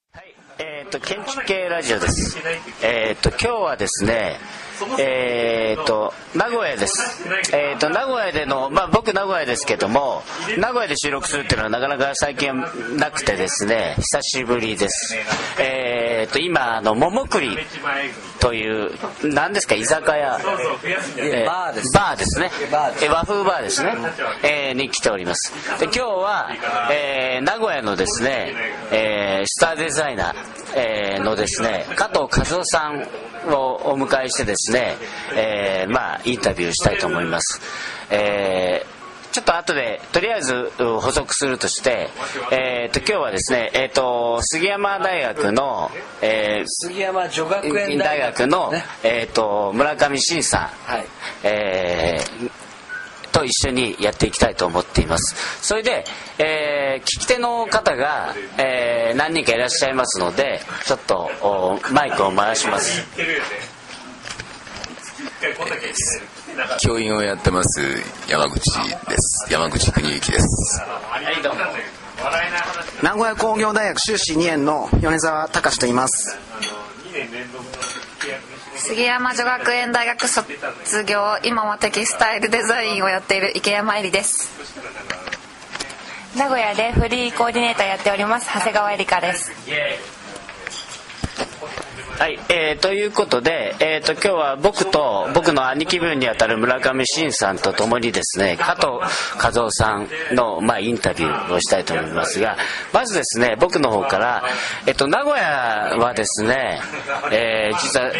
はい、建築系ラジオです。今日はですね、名古屋です。名古屋での、僕名古屋ですけども、名古屋で収録するっていうのはなかなか最近なくてですね、久しぶりです。今桃栗という何ですか、居酒屋、バーですね、和風バーですね、に来ております。で今日は、名古屋のですね、スターデザイナー、のですね、加藤和夫さんをお迎えしてですね、インタビューしたいと思います。ちょっと後でとりあえず補足するとして、今日はですね、杉山大学の、 杉山女学園大学の、村上真さん、はい、と一緒にやっていきたいと思っています。それで、聞き手の方が、何人かいらっしゃいますので、ちょっとマイクを回します。 教員をやってます山口です。山口邦之です。 はいどうも。 名古屋工業大学修士2年の米沢隆と言います。 杉山女学園大学卒業、今はテキスタイルデザインをやっている池山絵里です。 名古屋でフリーコーディネーターやっております長谷川絵里香です。 はい、ということで、今日は僕の兄貴分にあたる村上真さんとともにですね、加藤和夫さんの、インタビューをしたいと思いますが、まずですね、僕の方から、名古屋はですね、実は、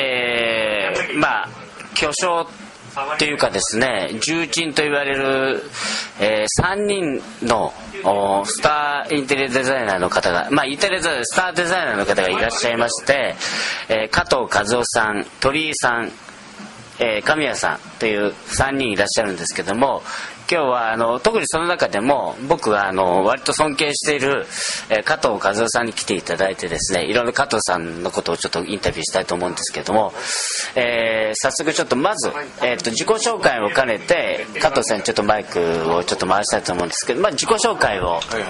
巨匠っていうかですね、重鎮と言われる、3人のスターインテリアデザイナーの方が、インテリアデザイナー、スターデザイナーの方がいらっしゃいまして、加藤和夫さん、鳥居さん、神谷さんという3人いらっしゃるんですけども、今日は特にその中でも僕が割と尊敬している、加藤和夫さんに来ていただいてですね、いろいろ加藤さんのことをちょっとインタビューしたいと思うんですけども、早速ちょっとまず、自己紹介を兼ねて加藤さんにちょっとマイクをちょっと回したいと思うんですけど、自己紹介を。 はいはい。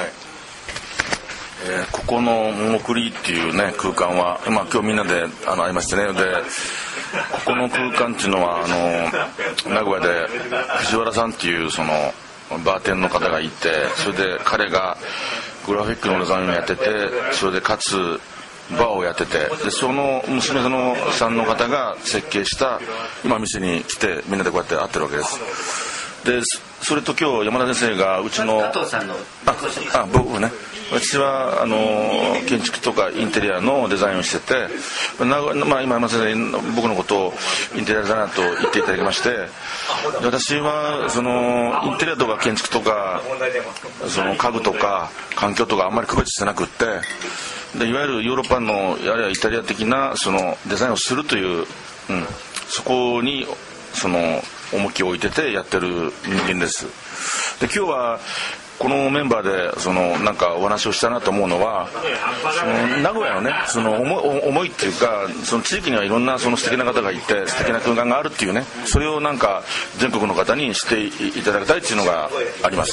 ここの桃栗っていうね空間は今日みんなで会いましてね、でここの空間っていうのは名古屋で藤原さんっていうそのバーテンの方がいて、それで彼がグラフィックのデザインをやってて、それでかつバーをやってて、でその娘さんの方が設計した今店に来てみんなでこうやって会ってるわけです。でそれと今日山田先生がうちの加藤さんの僕ね、私は建築とかインテリアのデザインをしてて、今山田先生僕のことをインテリアデザイナーと言っていただきまして、で私はそのインテリアとか建築とかその家具とか環境とかあんまり区別してなくって、でいわゆるヨーロッパのあるいはイタリア的なそのデザインをするという、そこにその重きを置いててやってる人間です。で今日はこのメンバーでそのなんかお話をしたなと思うのは、その名古屋のねその思いっていうか、その地域にはいろんなその素敵な方がいて素敵な空間があるっていうね、それをなんか全国の方にしていただきたいっていうのがあります。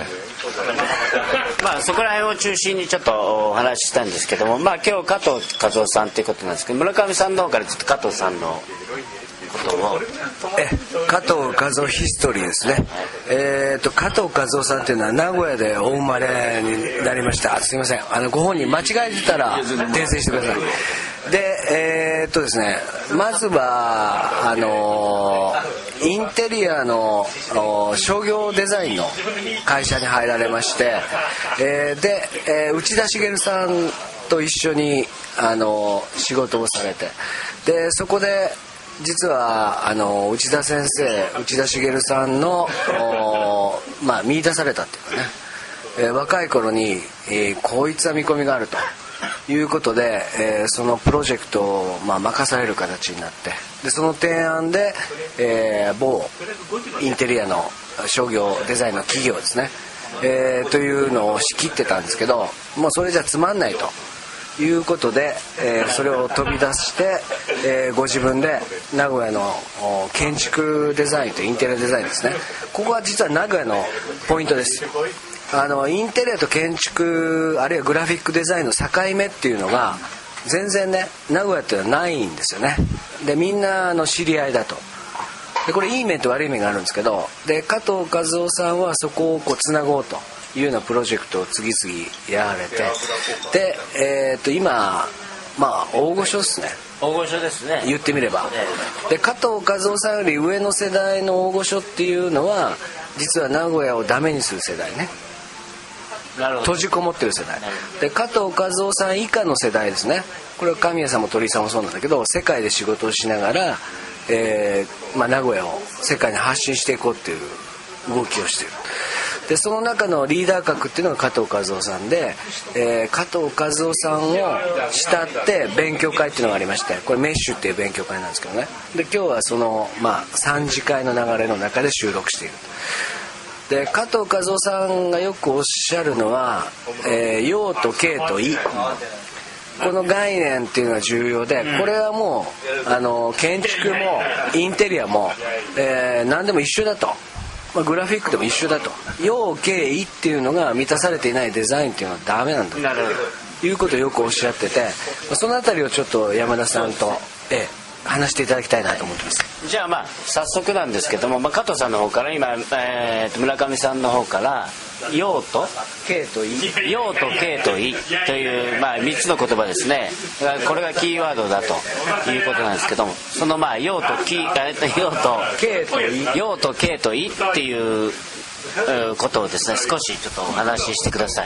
そこら辺を中心にちょっとお話ししたんですけども、今日加藤和夫さんということなんですけど、村上さんの方からちょっと加藤さんのことを。 加藤和夫ヒストリーですね。加藤和夫さんっていうのは名古屋でお生まれになりました。すいません、ご本人間違えてたら訂正してください。でですね、まずはインテリアの商業デザインの会社に入られまして、で、内田茂さんと一緒に仕事をされて、でそこで実は内田先生、内田茂さんの見出されたっていうかね、若い頃に、こいつは見込みがあるということで、そのプロジェクトを任される形になって、でその提案で、某インテリアの商業デザインの企業ですね、というのを仕切ってたんですけど、もうそれじゃつまんないということで、それを飛び出して、ご自分で名古屋の建築デザインとインテリアデザインですね、ここは実は名古屋のポイントです。 インテリアと建築あるいはグラフィックデザインの境目っていうのが全然ね名古屋っていうのはないんですよね。でみんな知り合いだと。でこれいい面と悪い面があるんですけど、で加藤和夫さんはそこをつなごうというようなプロジェクトを次々やられて、で今大御所ですね。 大御所ですね、 言ってみれば。で加藤和夫さんより上の世代の大御所っていうのは実は名古屋をダメにする世代ね。閉じこもってる世代で、加藤和夫さん以下の世代ですね。これは神谷さんも鳥居さんもそうなんだけど、世界で仕事をしながら、名古屋を世界に発信していこうっていう動きをしている。でその中のリーダー格っていうのが加藤和夫さんで、加藤和夫さんを慕って勉強会っていうのがありまして、これメッシュっていう勉強会なんですけどね。で今日はその3次会の流れの中で収録している。で加藤和夫さんがよくおっしゃるのは、陽と景と意、この概念っていうのが重要で、これはもう建築もインテリアも、何でも一緒だと、グラフィックでも一緒だと。陽景意っていうのが満たされていないデザインっていうのはダメなんだということをよくおっしゃってて、そのあたりをちょっと山田さんと話していただきたいなと思ってます。 じゃあ早速なんですけども、加藤さんの方から今、村上さんの方から陽と景と意、陽と景と意という3つの言葉ですね。これがキーワードだということなんですけども、その陽と景と意っていうことをですね、少しちょっとお話ししてください。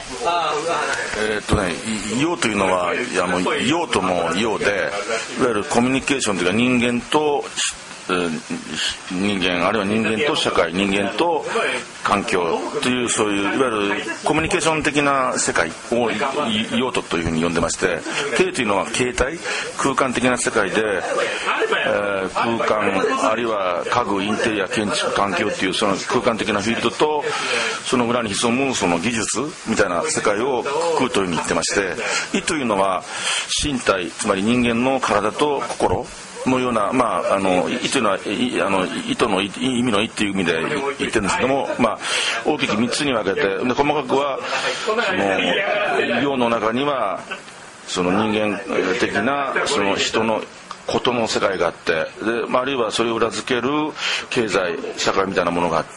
陽というのは陽とも陽で、いわゆるコミュニケーションというか人間と人間、あるいは人間と社会、人間と環境という、そういういわゆるコミュニケーション的な世界を用途というふうに呼んでまして、景というのは形態、空間的な世界で、空間あるいは家具、インテリア、建築、環境というその空間的なフィールドとその裏に潜むその技術みたいな世界をくくるというふうに言ってまして、意というのは身体、つまり人間の体と心のような、意というのは意図の意味の意っていう意味で言ってるんですけども、大きく3つに分けて、で細かくはその陽の中にはその人間的なその人のことの世界があって、で、あるいはそれを裏付ける経済社会みたいなものがあって、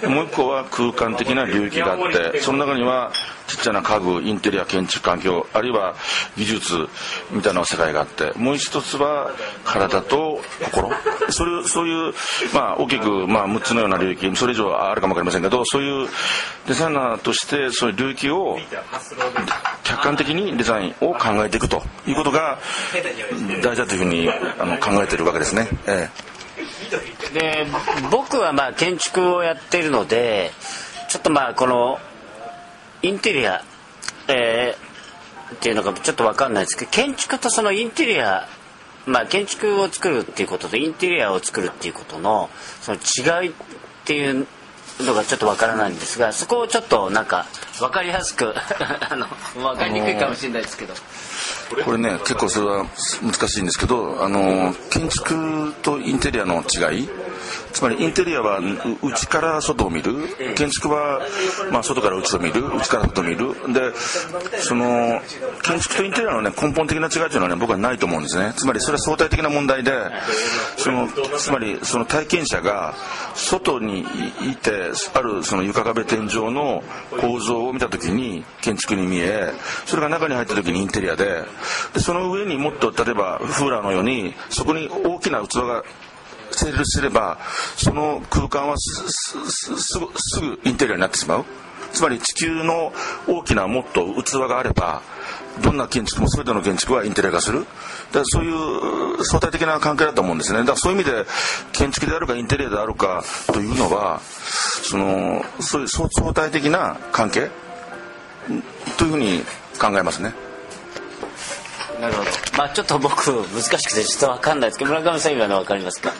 もう一個は空間的な領域があって、その中にはちっちゃな家具、インテリア、建築環境、あるいは技術みたいな世界があって、もう一つは体と心、そういう大きく6つのような領域、それ以上あるかもわかりませんけど、そういうデザイナーとしてそういう領域を客観的にデザインを考えていくということが大事だというふうに考えているわけですね。 で僕は建築をやっているので、ちょっとこのインテリア、っていうのがちょっと分かんないですけど、建築とそのインテリア、建築を作るっていうこととインテリアを作るっていうことのその違いっていうのがちょっと分からないんですが、そこをちょっと分かりやすく分かりにくいかもしれないですけど、 これね結構それは難しいんですけど、建築とインテリアの違い、つまりインテリアは内から外を見る、建築は外から内を見る、内から外を見るで、その建築とインテリアの根本的な違いというのは僕はないと思うんですね。つまりそれは相対的な問題で、つまりその体験者が外にいてあるその床壁天井の構造を見た時に建築に見え、それが中に入った時にインテリアで、その上にもっと例えばフーラーのようにそこに大きな器が成立すれば、その空間はすぐインテリアになってしまう。つまり地球の大きなもっと器があれば、どんな建築も全ての建築はインテリア化する。だからそういう相対的な関係だと思うんですね。だからそういう意味で建築であるかインテリアであるかというのは、そういう相対的な関係というふうに考えますね。 なるほど。ちょっと僕難しくてちょっと分かんないですけど、村上さん今の分かりますか？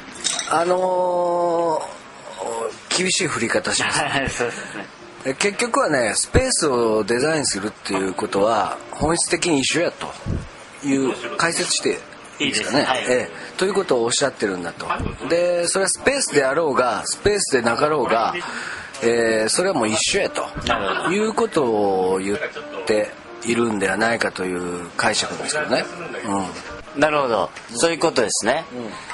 厳しい振り方します。 そうですね。 結局はね、スペースをデザインするっていうことは本質的に一緒やという解説していいですかね。ということをおっしゃってるんだと。でそれはスペースであろうがスペースでなかろうが、 それはもう一緒やということを言っているんではないかという解釈ですけどね、 なるほど、そういうことですね、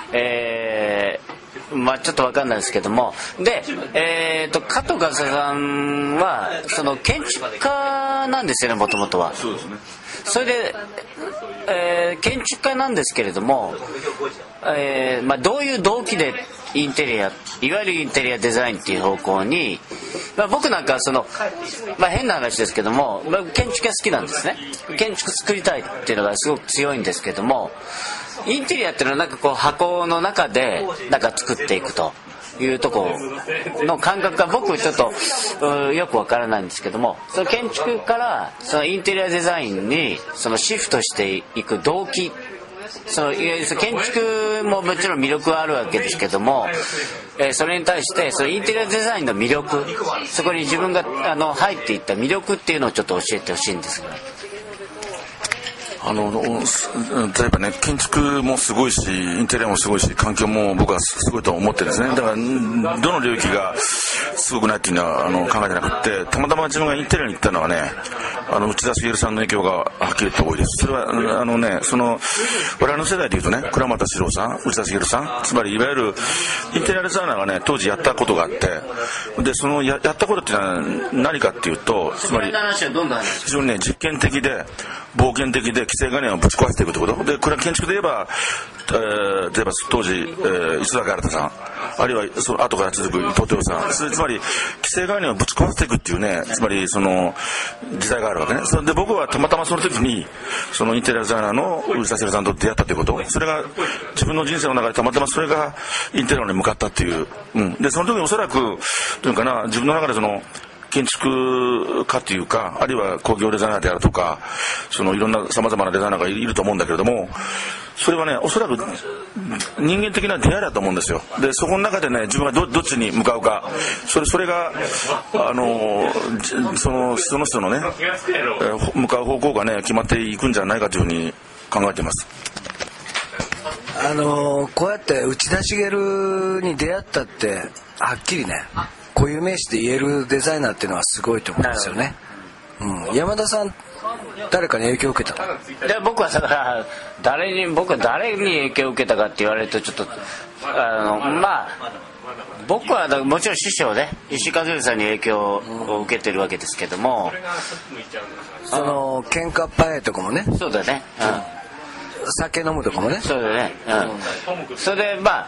まあちょっと分かんないですけども、で、加藤和夫さんはその建築家なんですよね、もともとは。 そうですね。 それで、建築家なんですけれども、まあ、どういう動機でインテリア、いわゆるインテリアデザインっていう方向に、まあ、僕なんかはその、まあ、変な話ですけども、まあ、建築が好きなんですね。建築作りたいっていうのがすごく強いんですけども、インテリアっていうのはなんかこう箱の中でなんか作っていくというところの感覚が僕ちょっとよくわからないんですけども、その建築からそのインテリアデザインにそのシフトしていく動機、その建築ももちろん魅力はあるわけですけども、それに対してそのインテリアデザインの魅力、そこに自分が入っていった魅力っていうのをちょっと教えてほしいんですが。 例えばね、建築もすごいしインテリアもすごいし環境も僕はすごいと思ってるんですね。だからどの領域がすごくないっていうのは考えてなくて、たまたま自分がインテリアに行ったのはね、内田茂さんの影響がはっきりと多いです。それはその我々の世代でいうとね、倉俣史郎さん、内田茂さん、つまりいわゆるインテリアデザイナーがね当時やったことがあって、でその やったことっていうのは何かっていうと、つまり非常にね実験的で冒険的で既成概念をぶち壊していくってことで、これは建築で言えば、例えば当時、磯崎新さん、あるいはその後から続く伊藤豊さん、つまり既成概念をぶち壊していくっていうね、つまりその時代があるわけね。それで僕はたまたまその時にそのインテリアデザイナーの内田茂さんと出会ったということ、それが自分の人生の中でたまたまそれがインテリアに向かったっていう、でその時におそらくというかな、自分の中でその建築家というか、あるいは工業デザイナーであるとか、そのいろんなさまざまなデザイナーがいると思うんだけれども、それはねおそらく人間的な出会いだと思うんですよ。でそこの中でね自分がどっちに向かうか、それがその人のね向かう方向がね決まっていくんじゃないかというふうに考えています。 こうやって内田茂に出会ったってはっきりね固有名詞で言えるデザイナーっていうのはすごいと思うんですよね。山田さん誰かに影響を受けたの？ で僕はだから誰に影響を受けたかって言われるとちょっとまあ僕はもちろん師匠で石井和義さんに影響を受けてるわけですけども、 喧嘩っ早いとこもね、 そうだね、 酒飲むとこもね、 そうだね、それでまあ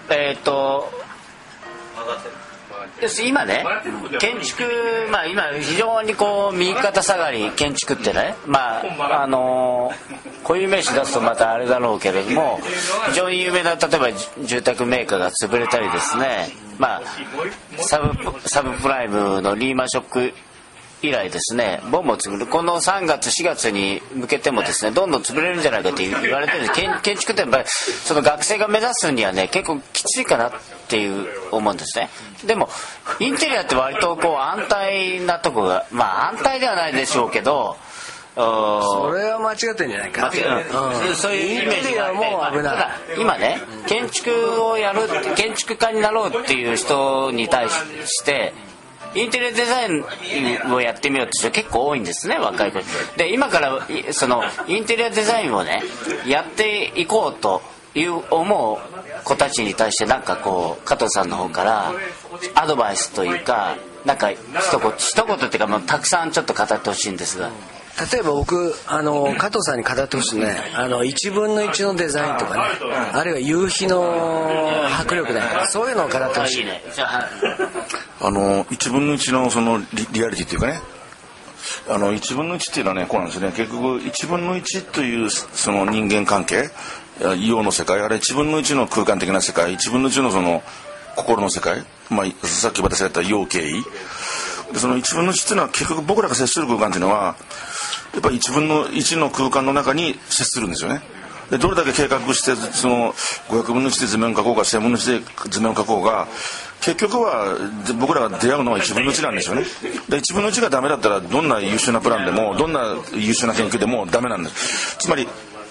今ね建築、まあ今非常にこう右肩下がり建築ってね、まあ固有名詞出すとまたあれだろうけれども、非常に有名な例えば住宅メーカーが潰れたりですね、まあサブプライムのリーマンショック以来ですね、ボンボン潰れる、この3月4月に向けてもですねどんどん潰れるんじゃないかって言われてるんです。建築ってやっぱりその学生が目指すにはね結構きついかなっていう思うんですね。でもインテリアって割とこう安泰なとこが、まあ安泰ではないでしょうけど、 それは間違ってんじゃないか、 そういうイメージがあって、ただ今ね建築をやる、建築家になろうっていう人に対してインテリアデザインをやってみようって人結構多いんですね、若い子で。今からそのインテリアデザインをねやっていこうという思う子たちに対してなんかこう加藤さんの方からアドバイスというか、なんか一言っていうかもうたくさんちょっと語ってほしいんですが。 例えば僕加藤さんに語ってほしいね、1分の1のデザインとかね、あるいは夕日の迫力だよね、そういうのを語ってほしいね。 1分の1のそのリアリティというかね、1分の1っていうのはねこうなんですね。結局1分の1というその人間関係、陽の世界、あれ1分の1の空間的な世界、1分の1のその心の世界、まあ、さっき私が言った陽経緯で、その1分の1っていうのは結局僕らが接する空間っていうのはやっぱり1分の1の空間の中に接するんですよね。でどれだけ計画してその500分の1で図面を描こうか1000分の1で図面を描こうが、結局は僕らが出会うのは1分の1なんですよね。で1分の1がダメだったらどんな優秀なプランでもどんな優秀な研究でもダメなんです。つまり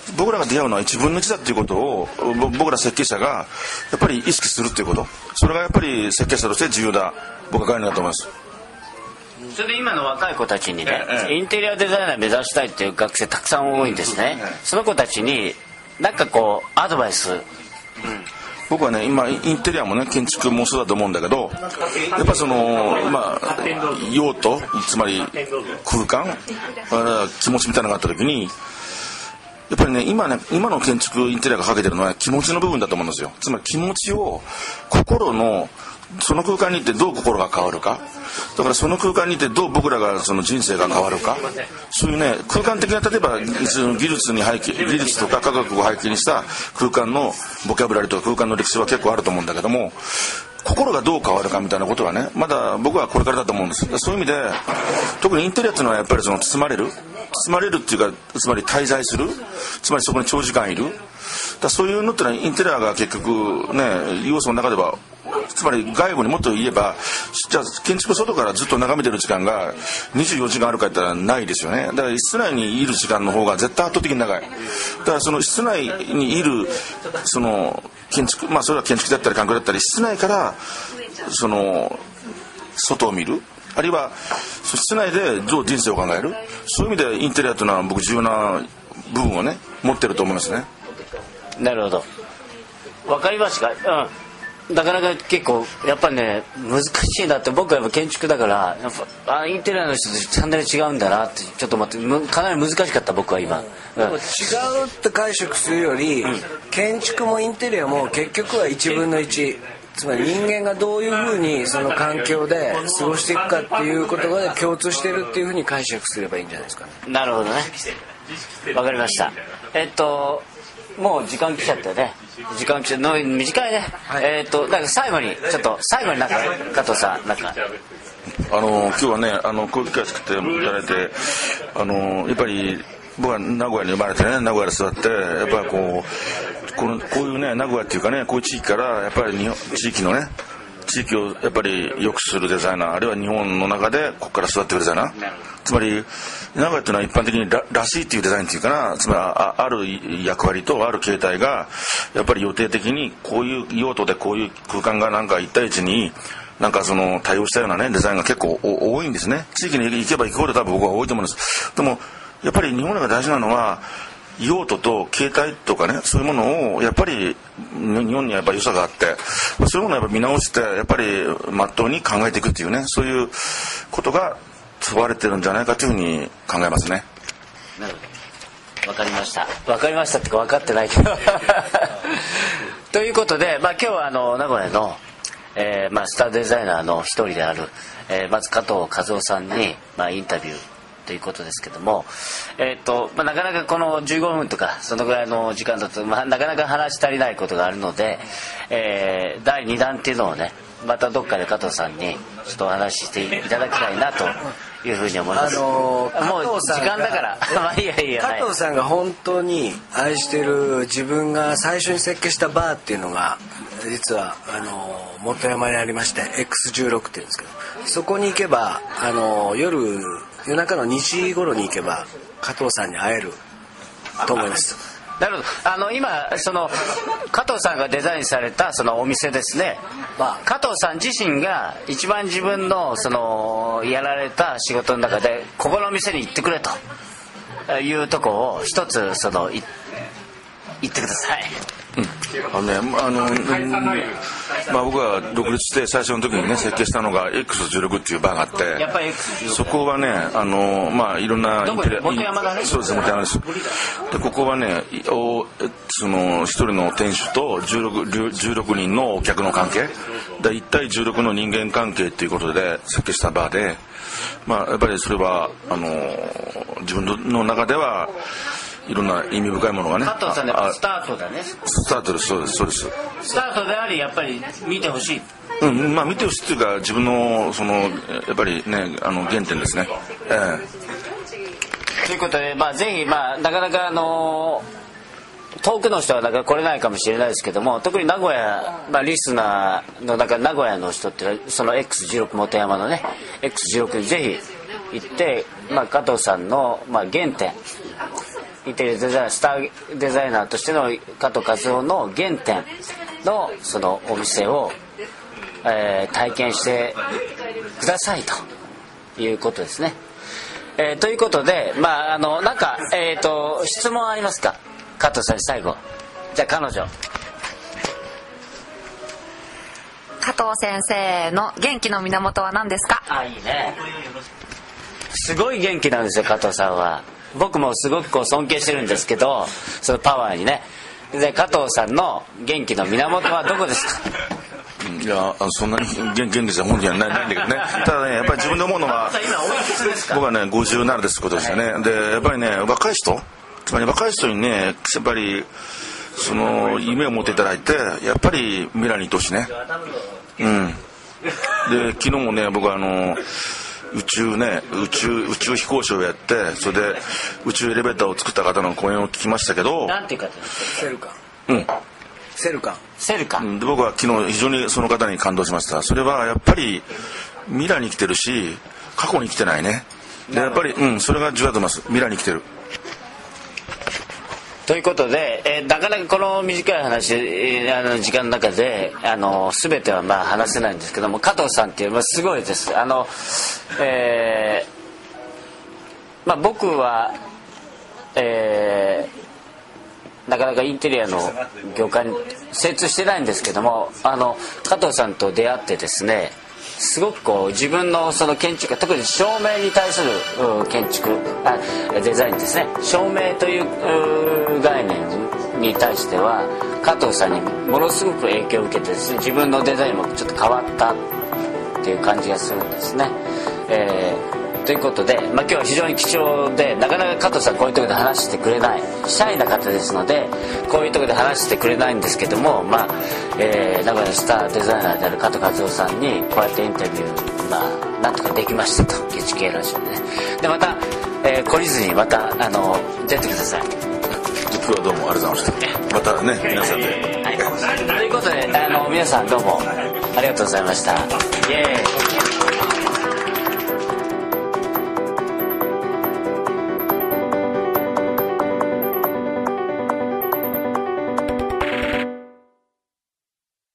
僕らが出会うのは1分の1だっていうことを僕ら設計者がやっぱり意識するっていうこと、それがやっぱり設計者として重要だ、僕は概念だと思います。 それで今の若い子たちにね、インテリアデザイナー目指したいっていう学生たくさん多いんですね。その子たちになんかこうアドバイス、 僕はね今インテリアもね建築もそうだと思うんだけど、やっぱその用途、つまり空間、気持ちみたいなのがあった時に、やっぱりね今の建築インテリアがかけてるのは気持ちの部分だと思うんですよ。つまり気持ちを、心のその空間に行ってどう心が変わるか、だからその空間にいてどう僕らがその人生が変わるか、そういうね空間的な、例えば技術とか科学を背景にした空間のボキャブラリーとか空間の歴史は結構あると思うんだけども、心がどう変わるかみたいなことはねまだ僕はこれからだと思うんです。そういう意味で特にインテリアっていうのはやっぱりその包まれるっていうか、つまり滞在する、つまりそこに長時間いる、だそういうのってのはインテリアが結局ね要素の中では、つまり外部にもっと言えば、じゃあ建築外からずっと眺めてる時間が24時間あるかって言ったらないですよね。だから室内にいる時間の方が絶対圧倒的に長い。だからその室内にいるその建築、それは建築だったり環境だったり、室内からその外を見る、あるいは室内でどう人生を考える、そういう意味でインテリアというのは僕重要な部分をね持ってると思いますね。 なるほど、わかりましたか。なかなか結構やっぱりね難しいなって、僕はやっぱ建築だからやっぱインテリアの人とチャンネル違うんだなってちょっと待って、かなり難しかった僕は今、 違うって解釈するより、建築もインテリアも結局は1分の1、つまり人間がどういうふうにその環境で過ごしていくかっていうことが共通してるっていうふうに解釈すればいいんじゃないですかね。 なるほどね、わかりました。もう時間来ちゃったよね。時間来ちゃった短いね、はい、だから最後になんか加藤さんなんか今日はねこういう機会作っていただいて、やっぱり僕は名古屋に生まれてね、名古屋で育って、やっぱりこういうね名古屋っていうかね、こういう地域からやっぱり地域をやっぱり良くするデザイナー、あるいは日本の中でここから育ってくるデザイナー、つまり名古屋っていうのは一般的にらしいっていうデザインっていうかな、つまりある役割とある形態がやっぱり予定的にこういう用途でこういう空間がなんか一対一になんかその対応したようなねデザインが結構多いんですね。地域に行けば行くほど多分僕は多いと思うんです。でもやっぱり日本が大事なのは用途と形態とかね、そういうものをやっぱり日本にはやっぱり良さがあって、そういうものをやっぱ見直してやっぱり真っ当に考えていくっていうね、そういうことが問われてるんじゃないかというふうに考えますね。 なるほど、わかりましたってか分かってないけどということで、今日は名古屋の、スターデザイナーの一人である、まず加藤和夫さんに、インタビューということですけども、なかなかこの15分とかそのぐらいの時間だと、なかなか話し足りないことがあるので、第2弾っていうのをねまたどっかで加藤さんにちょっとお話ししていただきたいなというふうに思います。もう時間だから加藤さんが本当に愛してる自分が最初に設計したバーっていうのが実は本山にありまして X16 っていうんですけど、そこに行けば夜中の2時頃に行けば加藤さんに会えると思います。 なるほど。今その加藤さんがデザインされたそのお店ですね、加藤さん自身が一番自分のそのやられた仕事の中でここの店に行ってくれというとこを一つその言ってください。 僕が独立して最初の時にね設計したのが X16 っていうバーがあって、 やっぱり X16 そこはねいろんなどこで本山だね。 そうですね、本山です。でここはねその一人の店主と16人のお客の関係で1対16の人間関係っていうことで設計したバーで、やっぱりそれは自分の中ではいろんな意味深いものがね。 加藤さんのスタートだね。 スタートです。そうです。 スタートでありやっぱり見てほしい。 見てほしいっていうか自分のそのやっぱりね原点ですね。 ということでぜひなかなか遠くの人はなかなか来れないかもしれないですけども、特に名古屋、リスナーの中名古屋の人ってその X16 本山のね X16 にぜひ行って、加藤さんの原点インテリアデザイナー、スターデザイナーとしての加藤和夫の原点のそのお店を、体験してくださいということですね。ということで、なんか、質問ありますか、加藤さんに最後。じゃあ彼女。 加藤先生の元気の源は何ですか？ あ、いいね。すごい元気なんですよ、加藤さんは。僕もすごくこう尊敬してるんですけど、そのパワーにね。で、加藤さんの元気の源はどこですか？ いや、そんなに元気じゃ本気じゃないんだけどね。ただね、やっぱり自分で思うのは、僕はね57ですことですよね。でやっぱりね、若い人、つまり若い人にね、やっぱりその夢を持っていただいて、やっぱり未来にいてほしいね。で昨日もね、僕は宇宙飛行士をやって、それで宇宙エレベーターを作った方の講演を聞きましたけど、 なんていう方ですか？ セルカン。 セルカン。 で僕は昨日非常にその方に感動しました。それはやっぱり未来に生きてるし、過去に生きてないね。でやっぱりそれが重要だと思います。未来に生きてる。 ということで、なかなかこの短い話、時間の中で全ては話せないんですけども、加藤さんっていうのはすごいです。僕は、なかなかインテリアの業界に精通してないんですけども、加藤さんと出会ってですね、すごくこう自分のその建築、特に照明に対する建築デザインですね、照明という概念に対しては加藤さんにものすごく影響を受けてですね、自分のデザインもちょっと変わったっていう感じがするんですね。ということで、今日は非常に貴重で、なかなか加藤さんこういうところで話してくれない、シャイな方ですので、こういうところで話してくれないんですけども、名古屋のスターデザイナーである加藤和夫さんにこうやってインタビュー、なんとかできましたと、HK ラジオでね。でまた、懲りずにまた出てください。 今日はどうもありがとうございました。またね、皆さんで、 はい、ということで皆さんどうもありがとうございました。イエーイ。